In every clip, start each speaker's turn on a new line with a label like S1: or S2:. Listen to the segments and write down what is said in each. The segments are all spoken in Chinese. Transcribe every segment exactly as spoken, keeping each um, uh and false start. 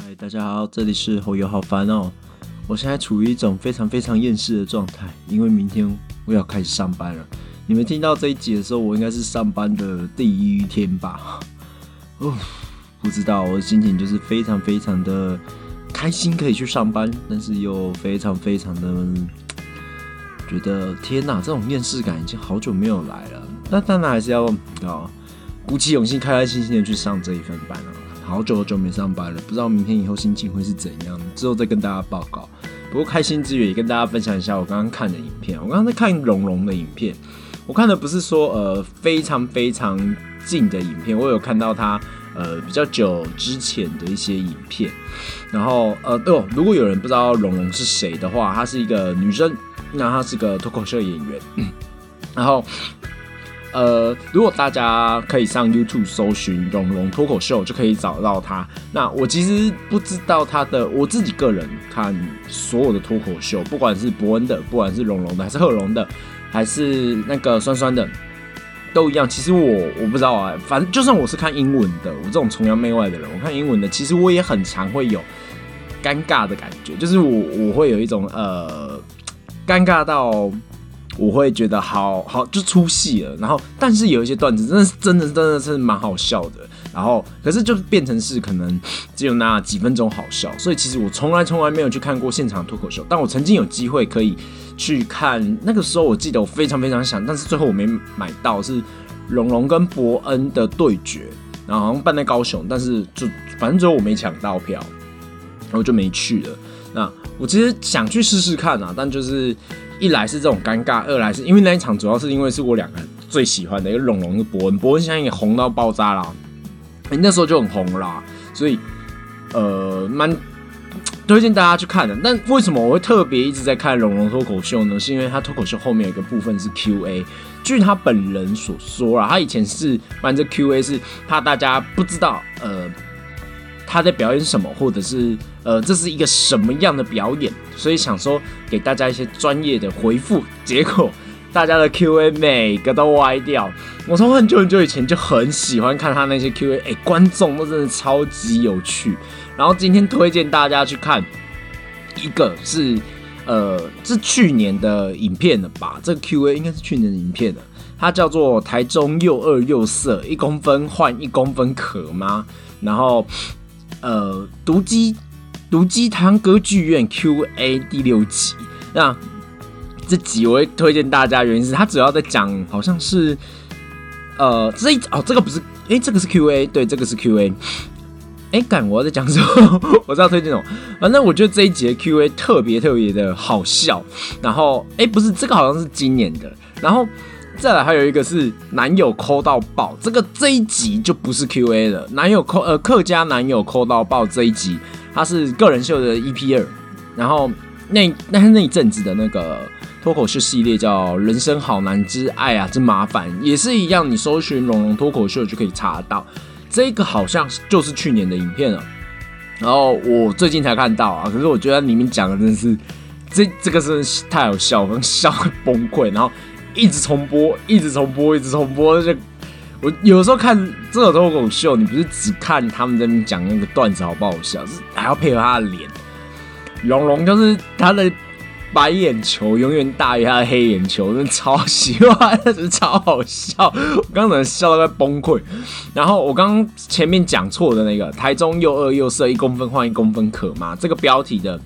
S1: 嗨，大家好，这里是侯友好烦哦。我现在处于一种非常非常厌世的状态，因为明天我要开始上班了。你们听到这一集的时候，我应该是上班的第一天吧？哦，不知道，我的心情就是非常非常的开心，可以去上班，但是又非常非常的觉得天哪，这种厌世感已经好久没有来了。那当然还是要啊，鼓起勇气，开开心心的去上这一份班了。好久好久没上班了，不知道明天以后心情会是怎样，之后再跟大家报告。不过开心之余也跟大家分享一下我刚刚看的影片。我刚刚在看龙龙的影片，我看的不是说呃非常非常近的影片，我有看到他呃比较久之前的一些影片。然后呃对哦，如果有人不知道龙龙是谁的话，她是一个女生，那她是个脱口秀演员。然后呃，如果大家可以上 YouTube 搜寻龙龙脱口秀，就可以找到他。那我其实不知道他的，我自己个人看所有的脱口秀，不管是伯恩的，不管是龙龙的，还是贺龙的，还是那个酸酸的，都一样。其实我我不知道啊，反正就算我是看英文的，我这种崇洋媚外的人，我看英文的，其实我也很常会有尴尬的感觉，就是我我会有一种呃尴尬到。我会觉得好好就出戏了，然后但是有一些段子真的是真的真的是蛮好笑的，然后可是就变成是可能只有那几分钟好笑，所以其实我从来从来没有去看过现场脱口秀，但我曾经有机会可以去看，那个时候我记得我非常非常想，但是最后我没买到，是龙龙跟伯恩的对决，然后好像办在高雄，但是就反正最后我没抢到票，然后就没去了。那我其实想去试试看啊，但就是一来是这种尴尬，二来是因为那一场主要是因为是我两个最喜欢的一个龙龙跟伯恩，伯恩现在也红到爆炸啦，欸、那时候就很红啦，所以呃蛮推荐大家去看的。但为什么我会特别一直在看龙龙脱口秀呢？是因为他脱口秀后面有一个部分是 Q A， 据他本人所说啦，他以前是反正 Q A 是怕大家不知道呃。他在表演什么，或者是呃，这是一个什么样的表演，所以想说给大家一些专业的回复。结果大家的 Q A 每个都歪掉。我从很久很久以前就很喜欢看他那些 Q A， 哎、欸，观众都真的超级有趣。然后今天推荐大家去看一个是呃，是去年的影片了吧？这个 Q A 应该是去年的影片了。它叫做台中又饿又色，一公分换一公分可吗？然后。呃，毒鸡毒鸡汤歌剧院 Q A 第六集，那这集我会推荐大家，原因是它主要在讲，好像是呃这一哦这个不是，哎、欸、这个是 Q A， 对，这个是 Q A， 哎、欸、干我要在讲什么？我知道推荐什么，反正我觉得这一集的 Q A 特别特别的好笑，然后哎、欸、不是这个好像是今年的，然后。再来还有一个是男友抠到爆，这个这一集就不是 Q A 了。男友抠呃客家男友抠到爆这一集，它是个人秀的 E P 二，然后那那那一阵子的那个脱口秀系列叫《人生好难之爱啊真麻烦》，也是一样，你搜寻龙龙脱口秀就可以查得到。这个好像就是去年的影片了，然后我最近才看到啊，可是我觉得里面讲的真的是这这个真的是太好笑，我笑会崩溃，然后。一直重播，一直重播，一直重播。就我有时候看这种脱口秀，你不是只看他们在那边讲那个段子好不好笑，是还要配合他的脸。龙龙就是他的白眼球永远大于他的黑眼球，真的超喜欢，真的超好笑。我刚才笑到快崩溃。然后我刚刚前面讲错的那个台中又饿又色，一公分换一公分可吗？这个标题的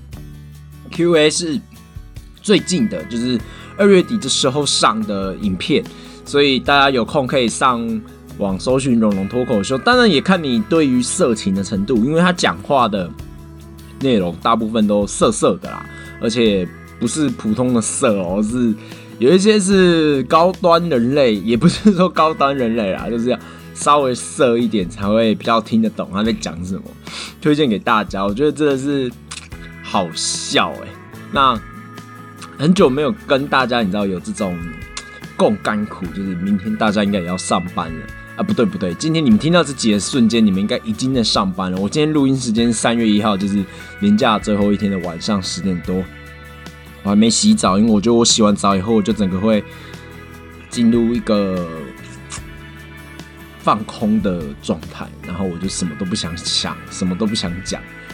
S1: Q A 是最近的，就是。二月底的时候上的影片，所以大家有空可以上网搜寻龙龙脱口秀。当然也看你对于色情的程度，因为他讲话的内容大部分都色色的啦，而且不是普通的色哦，是有一些是高端人类，也不是说高端人类啦，就是要稍微色一点才会比较听得懂他在讲什么。推荐给大家，我觉得真的是好笑哎、欸。那。很久没有跟大家，你知道有这种共甘苦，就是明天大家应该也要上班了啊！不对不对，今天你们听到这集的瞬间，你们应该已经在上班了。我今天录音时间是三月一号，就是连假最后一天的晚上十点多，我还没洗澡，因为我觉得我洗完澡以后，我就整个会进入一个放空的状态，然后我就什么都不想想，什么都不想讲。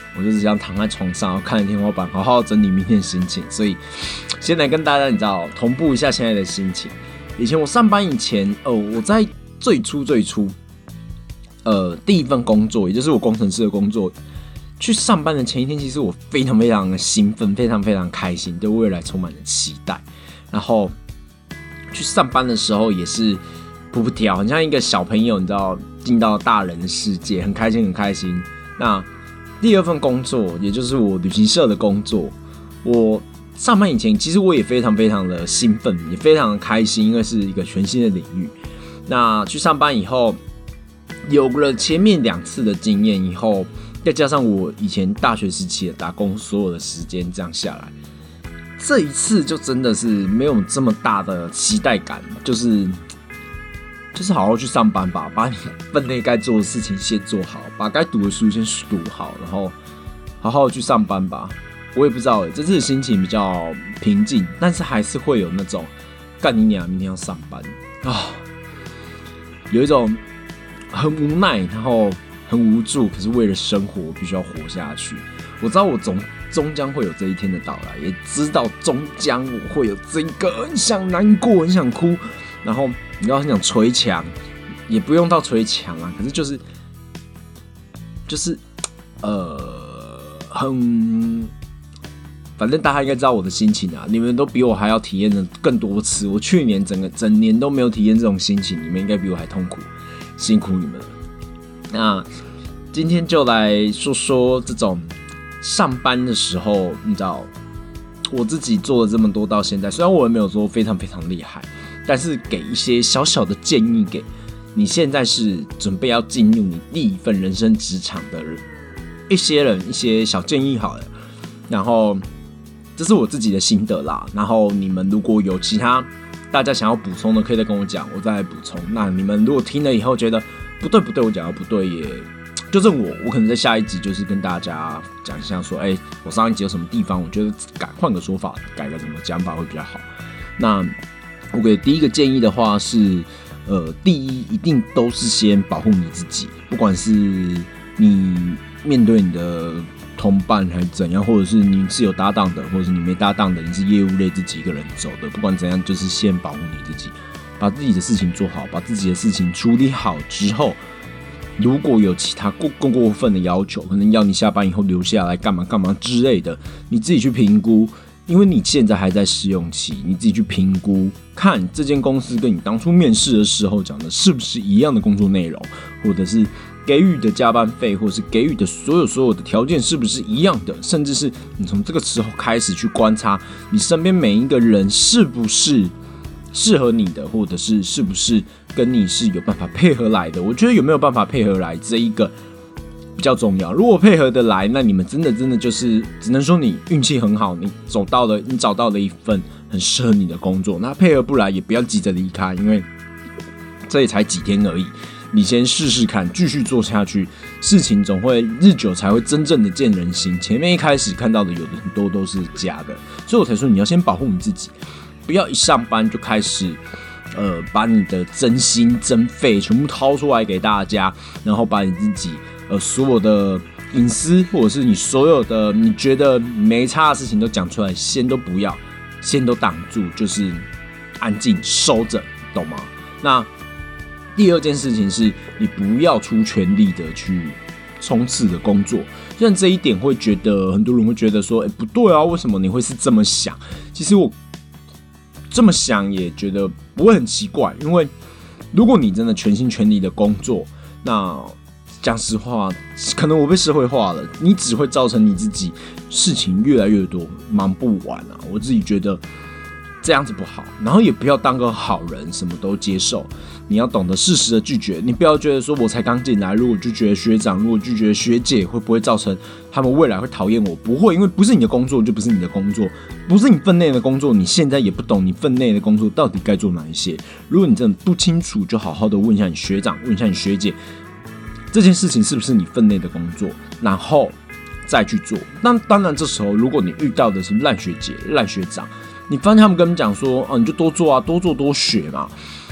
S1: 我就只想躺在床上，然后看着天花板，好好整理明天的心情。所以先来跟大家你知道同步一下现在的心情。以前我上班以前，哦，我在最初最初，呃，第一份工作，也就是我工程师的工作，去上班的前一天，其实我非常非常的兴奋，非常非常开心，对未来充满了期待。然后去上班的时候也是扑扑跳，很像一个小朋友，你知道，进到大人的世界，很开心，很开心。那第二份工作，也就是我旅行社的工作，我上班以前，其实我也非常非常的兴奋，也非常的开心，因为是一个全新的领域。那去上班以后，有了前面两次的经验以后，再加上我以前大学时期的打工所有的时间，这样下来，这一次就真的是没有这么大的期待感，就是就是好好去上班吧，把你分内该做的事情先做好，把该读的书先读好，然后好好去上班吧。我也不知道欸，这次的心情比较平静，但是还是会有那种干你娘，明天要上班啊，有一种很无奈，然后很无助，可是为了生活我必须要活下去。我知道我总终将会有这一天的到来，也知道终将我会有这个很想难过、很想哭，然后你知道很想捶墙，也不用到捶墙啊，可是就是就是呃很，反正大家应该知道我的心情啊，你们都比我还要体验的更多次。我去年整个整年都没有体验这种心情，你们应该比我还痛苦，辛苦你们了。那今天就来说说这种上班的时候，你知道我自己做了这么多到现在，虽然我也没有说非常非常厉害，但是给一些小小的建议给你现在是准备要进入你第一份人生职场的人，一些人一些小建议好了。然后这是我自己的心得啦，然后你们如果有其他大家想要补充的，可以再跟我讲，我再来补充。那你们如果听了以后觉得不对不对，我讲的不对，也纠正我，我可能在下一集就是跟大家讲一下说，哎、欸，我上一集有什么地方我觉得改换个说法，改个什么讲法会比较好。那我给第一个建议的话是，呃，第一一定都是先保护你自己，不管是你面对你的同伴还是怎样，或者是你是有搭档的，或者是你没搭档的，你是业务类自己一个人走的，不管怎样，就是先保护你自己，把自己的事情做好，把自己的事情处理好之后，如果有其他过过过分的要求，可能要你下班以后留下来干嘛干嘛之类的，你自己去评估，因为你现在还在试用期，你自己去评估，看这间公司跟你当初面试的时候讲的是不是一样的工作内容，或者是给予的加班费，或者是给予的所有所有的条件是不是一样的，甚至是你从这个时候开始去观察你身边每一个人是不是适合你的，或者是是不是跟你是有办法配合来的。我觉得有没有办法配合来这一个比较重要。如果配合的来，那你们真的真的就是只能说你运气很好，你走到了，你找到了一份很适合你的工作。那配合不来也不要急着离开，因为这也才几天而已。你先试试看，继续做下去，事情总会日久才会真正的见人心。前面一开始看到的有的很多都是假的，所以我才说你要先保护你自己，不要一上班就开始，呃，把你的真心真肺全部掏出来给大家，然后把你自己呃所有的隐私或者是你所有的你觉得没差的事情都讲出来，先都不要，先都挡住，就是安静收着，懂吗？那第二件事情是你不要出全力的去冲刺的工作，虽然这一点会觉得很多人会觉得说，哎、欸，不对啊，为什么你会是这么想？其实我这么想也觉得不会很奇怪，因为如果你真的全心全力的工作，那讲实话，可能我被社会化了，你只会造成你自己事情越来越多，忙不完啊。我自己觉得这样子不好，然后也不要当个好人，什么都接受。你要懂得适时的拒绝，你不要觉得说我才刚进来，如果拒绝学长，如果拒绝学姐，会不会造成他们未来会讨厌我？不会，因为不是你的工作就不是你的工作，不是你分内的工作，你现在也不懂你分内的工作到底该做哪一些。如果你真的不清楚，就好好的问一下你学长，问一下你学姐，这件事情是不是你分内的工作，然后再去做。那当然，这时候如果你遇到的是烂学姐、烂学长，你发现他们跟你讲说，哦，你就多做啊，多做多学嘛。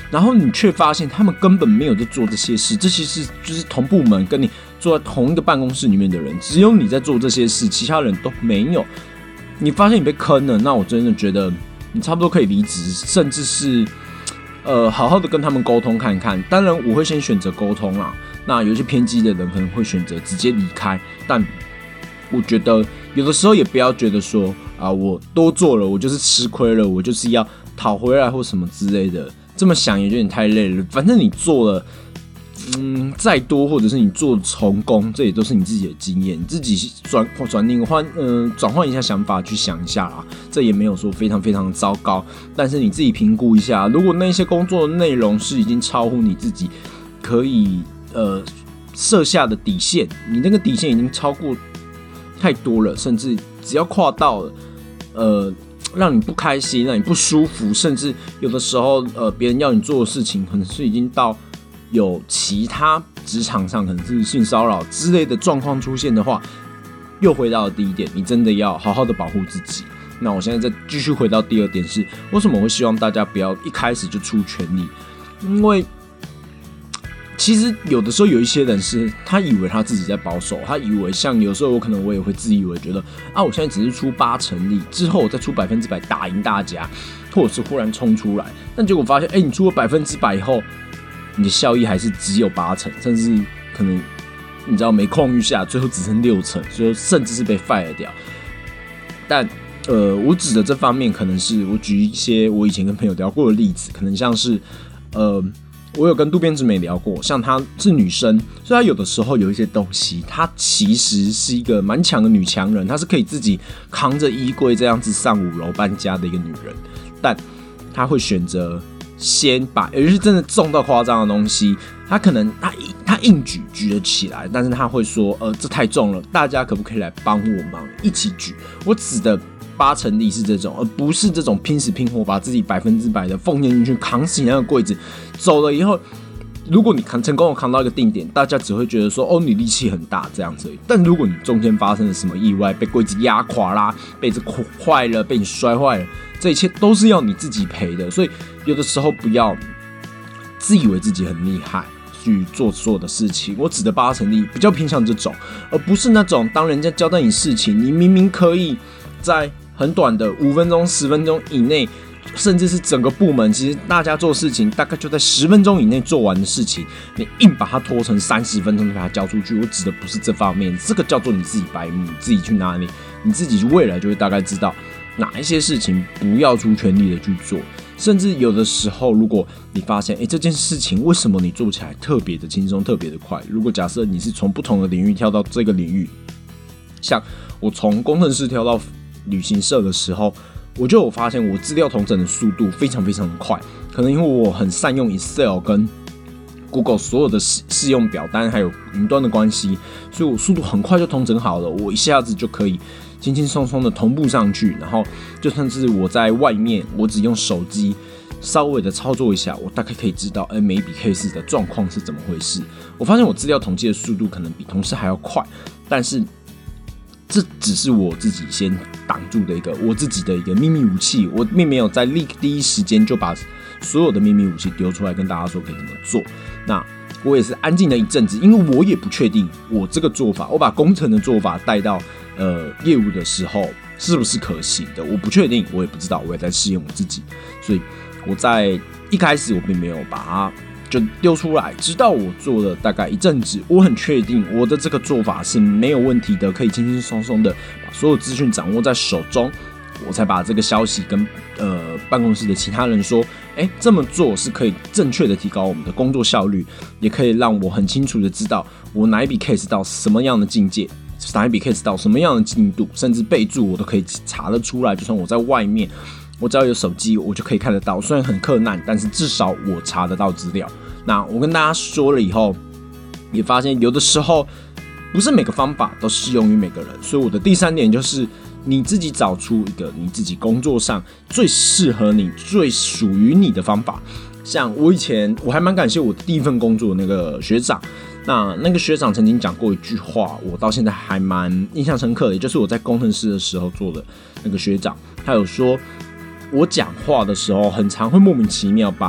S1: 然后你却发现他们根本没有在做这些事，这些事就是同部门跟你坐在同一个办公室里面的人，只有你在做这些事，其他人都没有。你发现你被坑了，那我真的觉得你差不多可以离职，甚至是呃好好的跟他们沟通看看。当然我会先选择沟通啦，那有一些偏激的人可能会选择直接离开，但我觉得有的时候也不要觉得说啊，我多做了，我就是吃亏了，我就是要讨回来或什么之类的。这么想也有点太累了。反正你做了，嗯，再多或者是你做成功，这也都是你自己的经验，你自己转转念换，嗯，转换一下想法去想一下啦。这也没有说非常非常糟糕，但是你自己评估一下，如果那些工作的内容是已经超乎你自己可以呃设下的底线，你那个底线已经超过太多了，甚至只要跨到了，呃。让你不开心，让你不舒服，甚至有的时候，呃，别人要你做的事情，可能是已经到有其他职场上可能是性骚扰之类的状况出现的话，又回到了第一点，你真的要好好的保护自己。那我现在再继续回到第二点是，为什么我会希望大家不要一开始就出全力？因为其实有的时候有一些人是他以为他自己在保守，他以为像有时候我可能我也会自以为觉得啊，我现在只是出八成力，之后我再出百分之百打赢大家，或者是忽然冲出来，但结果发现，哎、欸，你出了百分之百以后，你的效益还是只有八成，甚至可能你知道每况愈下，最后只剩六成，所以甚至是被 fire 掉。但呃，我指的这方面可能是我举一些我以前跟朋友聊过的例子，可能像是呃。我有跟渡边直美聊过，像她是女生，所以她有的时候有一些东西，她其实是一个蛮强的女强人，她是可以自己扛着衣柜这样子上五楼搬家的一个女人，但她会选择先把，尤其是真的重到夸张的东西，她可能她她硬举举得起来，但是她会说，呃，这太重了，大家可不可以来帮我忙一起举？我指的八成力是这种，而不是这种拼死拼活把自己百分之百的奉献进去，扛起那个柜子走了以后，如果你扛成功的扛到一个定点，大家只会觉得说哦你力气很大这样子而已。但如果你中间发生了什么意外，被柜子压垮啦，被子坏了，被你摔坏了，这一切都是要你自己赔的。所以有的时候不要自以为自己很厉害去做所有的事情。我指的八成力比较偏向这种，而不是那种当人家交代你事情，你明明可以在很短的五分钟、十分钟以内，甚至是整个部门，其实大家做事情大概就在十分钟以内做完的事情，你硬把它拖成三十分钟就把它交出去。我指的不是这方面，这个叫做你自己白目，你自己去哪里，你自己未来就会大概知道哪一些事情不要出全力的去做。甚至有的时候，如果你发现，哎、欸，这件事情为什么你做起来特别的轻松、特别的快？如果假设你是从不同的领域跳到这个领域，像我从工程师跳到旅行社的时候，我就有发现我资料统整的速度非常非常的快，可能因为我很善用 Excel 跟 Google 所有的试用表单还有云端的关系，所以我速度很快就统整好了，我一下子就可以轻轻松松的同步上去，然后就算是我在外面，我只用手机稍微的操作一下，我大概可以知道，哎、欸，每一笔 case 的状况是怎么回事。我发现我资料统计的速度可能比同事还要快，但是这只是我自己先挡住的一个我自己的一个秘密武器，我并没有在立第一时间就把所有的秘密武器丢出来跟大家说可以怎么做。那我也是安静了一阵子，因为我也不确定我这个做法，我把工程的做法带到呃业务的时候是不是可行的，我不确定，我也不知道，我也在试验我自己，所以我在一开始我并没有把它就丢出来，直到我做了大概一阵子，我很确定我的这个做法是没有问题的，可以轻轻松松的把所有资讯掌握在手中，我才把这个消息跟呃办公室的其他人说，哎，这么做是可以正确的提高我们的工作效率，也可以让我很清楚的知道我哪一笔 case 到什么样的境界，哪一笔 case 到什么样的进度，甚至备注我都可以查得出来，就算我在外面。我只要有手机，我就可以看得到。虽然很困难，但是至少我查得到资料。那我跟大家说了以后，也发现有的时候不是每个方法都适用于每个人。所以我的第三点就是你自己找出一个你自己工作上最适合你、最属于你的方法。像我以前我还蛮感谢我第一份工作的那个学长。那那个学长曾经讲过一句话，我到现在还蛮印象深刻的，也就是我在工程师的时候做的那个学长，他有说。我讲话的时候，很常会莫名其妙把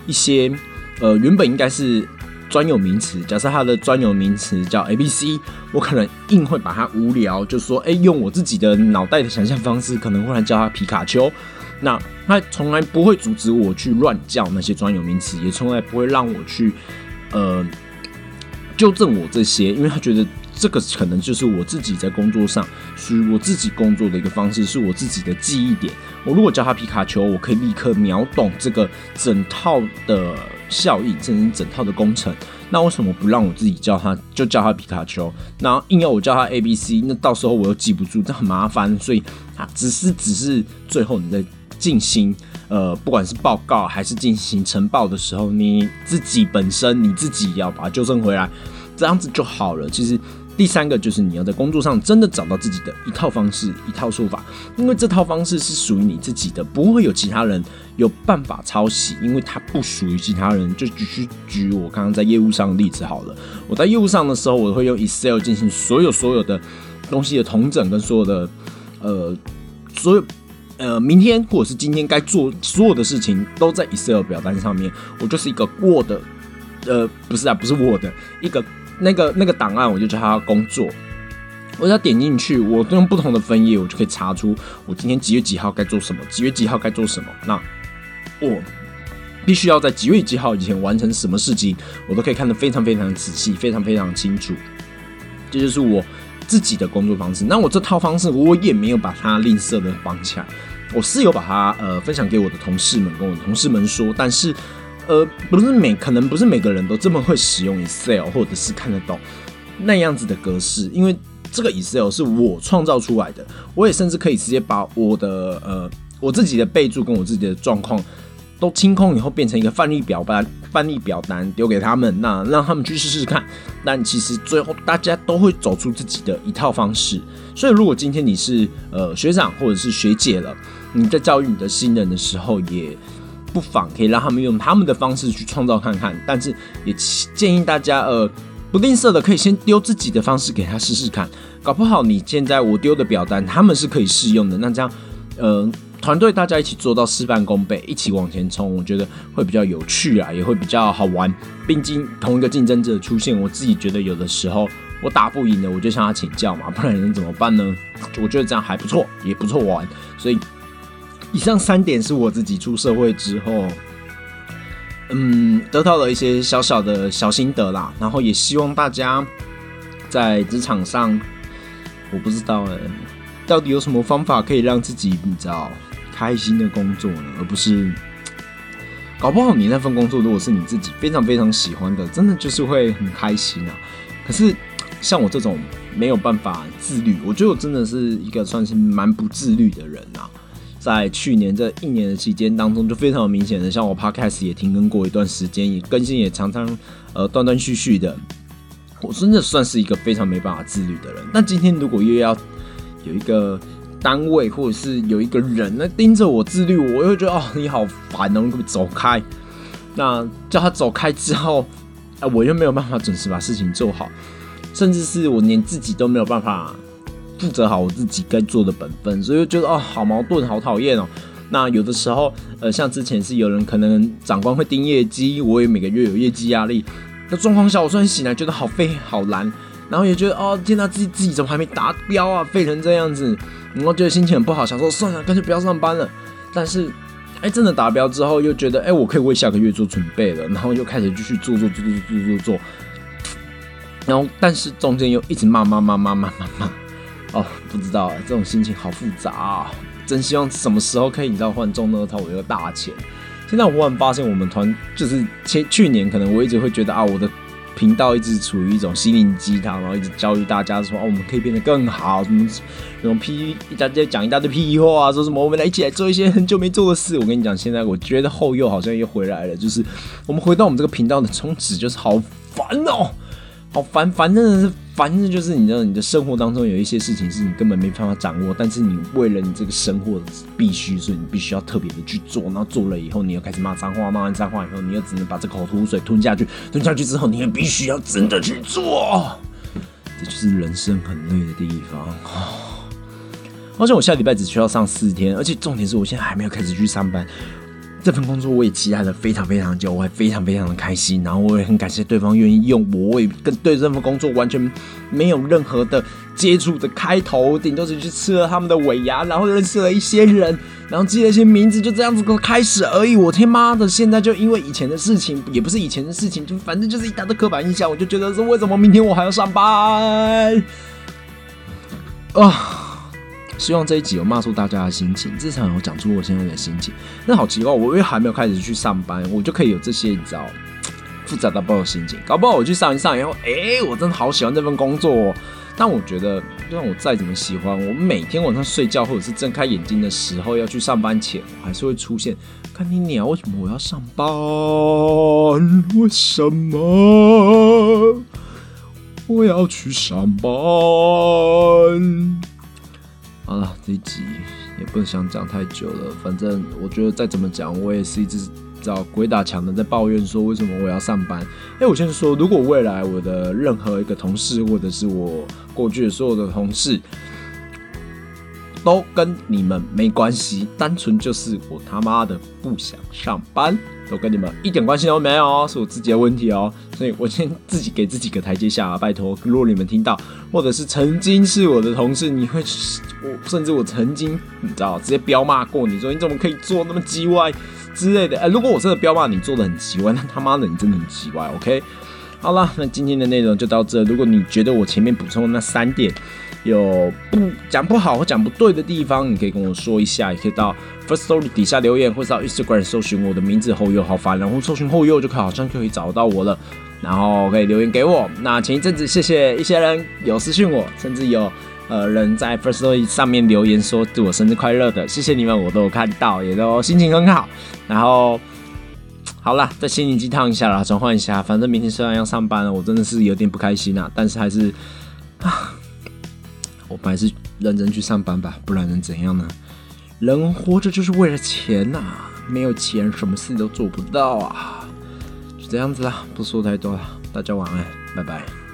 S1: 一些呃原本应该是专有名词，假设它的专有名词叫 A B C， 我可能硬会把它无聊，就说哎、欸，用我自己的脑袋的想象方式，可能忽然叫它皮卡丘。那他从来不会阻止我去乱叫那些专有名词，也从来不会让我去呃纠正我这些，因为他觉得这个可能就是我自己在工作上属于我自己工作的一个方式，是我自己的记忆点。我如果叫他皮卡丘，我可以立刻秒懂这个整套的效应，甚至整套的工程。那为什么不让我自己叫他，就叫他皮卡丘？那硬要我叫他 A B C， 那到时候我又记不住，这很麻烦。所以啊，只是只是最后你在进行呃，不管是报告还是进行呈报的时候，你自己本身你自己要把它纠正回来，这样子就好了。其实第三个就是你要在工作上真的找到自己的一套方式、一套说法，因为这套方式是属于你自己的，不会有其他人有办法抄袭，因为它不属于其他人。就举举我刚刚在业务上的例子好了，我在业务上的时候，我会用 Excel 进行所有所有的东西的统整，跟所有的呃所有。呃，明天或者是今天该做所有的事情都在 Excel 表单上面，我就是一个 Word， 呃，不是啊，不是 Word， 一个那个那个档案，我就叫它工作。我只要点进去，我用不同的分页，我就可以查出我今天几月几号该做什么，几月几号该做什么。那我必须要在几月几号以前完成什么事情，我都可以看得非常非常仔细，非常非常清楚。这就是我自己的工作方式。那我这套方式我也没有把它吝啬的绑起来，我是有把它呃分享给我的同事们，跟我的同事们说，但是呃不是每可能不是每个人都这么会使用 Excel， 或者是看得懂那样子的格式，因为这个 Excel 是我创造出来的，我也甚至可以直接把我的呃我自己的备注跟我自己的状况都清空以后，变成一个范例表单，范例表单丢给他们，那让他们去试试看。但其实最后大家都会走出自己的一套方式。所以如果今天你是呃学长或者是学姐了，你在教育你的新人的时候，也不妨可以让他们用他们的方式去创造看看。但是也建议大家呃不吝啬的，可以先丢自己的方式给他试试看，搞不好你现在我丢的表单他们是可以适用的。那这样呃。团队大家一起做到事半功倍，一起往前冲，我觉得会比较有趣啊，也会比较好玩。毕竟同一个竞争者出现，我自己觉得有的时候我打不赢的，我就向他请教嘛，不然能怎么办呢？我觉得这样还不错，也不错玩。所以以上三点是我自己出社会之后，嗯，得到了一些小小的小心得啦。然后也希望大家在职场上，我不知道哎、欸，到底有什么方法可以让自己你知道开心的工作呢？而不是搞不好你那份工作如果是你自己非常非常喜欢的，真的就是会很开心啊。可是像我这种没有办法自律，我觉得我真的是一个算是蛮不自律的人啊。在去年这一年的期间当中，就非常有明显的，像我 podcast 也停更过一段时间，也更新也常常呃断断续续的。我真的算是一个非常没办法自律的人。但今天如果又要有一个单位或者是有一个人那盯着我自律，我又觉得哦你好烦哦，你可不可以走开？那叫他走开之后，啊、我又没有办法准时把事情做好，甚至是我连自己都没有办法负责好我自己该做的本分，所以就觉得哦好矛盾，好讨厌哦。那有的时候，呃，像之前是有人可能长官会盯业绩，我也每个月有业绩压力的状况下，我虽然醒来觉得好废好懒。然后也觉得哦天哪，自己自己怎么还没达标啊，废成这样子，然后觉得心情很不好，想说算了，干脆不要上班了。但是，哎，真的达标之后，又觉得哎，我可以为下个月做准备了，然后又开始继续做做做做做做做。然后，但是中间又一直骂骂骂骂骂骂骂，哦，不知道这种心情好复杂啊！真希望什么时候可以你知道换中乐透我有大钱。现在我忽然发现我们团就是前去年可能我一直会觉得啊我的。频道一直处于一种心灵鸡汤，然后一直教育大家说哦，我们可以变得更好，什么那种屁，大家讲一大堆屁话啊，说什么我们来一起来做一些很久没做的事。我跟你讲，现在我觉得后又好像又回来了，就是我们回到我们这个频道的宗旨，就是好烦哦，好烦，烦真的是烦，就是你知道你的生活当中有一些事情是你根本没办法掌握，但是你为了你这个生活必须，所以你必须要特别的去做，然后做了以后，你又开始骂脏话，骂完脏话以后，你又只能把这口吐水吞下去，吞下去之后，你也必须要真的去做，这就是人生很累的地方。而且我下礼拜只需要上四天，而且重点是我现在还没有开始去上班。 这份工作我也期待了非常非常久，我还非常非常的开心，然后我也很感谢对方愿意用我，我也跟对这份工作完全没有任何的接触的开头，顶多是去吃了他们的尾牙，然后认识了一些人，然后记了一些名字，就这样子开始而已。我天妈的，现在就因为以前的事情，也不是以前的事情，就反正就是一大堆刻板印象，我就觉得说为什么明天我还要上班啊？希望这一集有骂出大家的心情，至少有讲出我现在的心情。那好奇怪，我因为还没有开始去上班，我就可以有这些你知道复杂到爆的心情。搞不好我去上一上以后，哎、欸，我真的好喜欢这份工作哦。但我觉得，就算我再怎么喜欢，我每天晚上睡觉或者是睁开眼睛的时候要去上班前，我还是会出现。看你鸟，为什么我要上班？为什么我要去上班？好了，这一集也不想讲太久了。反正我觉得再怎么讲，我也是一直找鬼打墙的在抱怨说为什么我要上班。哎、欸，我先说，如果未来我的任何一个同事，或者是我过去的所有的同事，都跟你们没关系，单纯就是我他妈的不想上班，都跟你们一点关系都没有哦，是我自己的问题哦。所以我先自己给自己个台阶下啊，拜托。如果你们听到，或者是曾经是我的同事，你会，我甚至我曾经你知道直接彪骂过你说你怎么可以做那么叽歪之类的。哎、欸，如果我真的彪骂你做的很叽歪，那他妈的你真的很叽歪 ，OK？ 好啦，那今天的内容就到这。如果你觉得我前面补充的那三点有不讲不好或讲不对的地方，你可以跟我说一下，也可以到 Firstory 底下留言，或是到 Instagram 搜寻我的名字后右好烦，然后搜寻后右就可以好像就可以找到我了，然后可以留言给我。那前一阵子谢谢一些人有私讯我，甚至有呃人在 Firstory 上面留言说祝我生日快乐的，谢谢你们，我都有看到，也都心情很好。然后好啦，再心灵鸡汤一下啦，转换一下，反正明天虽然要上班了，我真的是有点不开心啊，但是还是啊。我们还是认真去上班吧，不然能怎样呢？人活着就是为了钱呐、啊，没有钱什么事都做不到啊。就这样子啦，不说太多了，大家晚安，拜拜。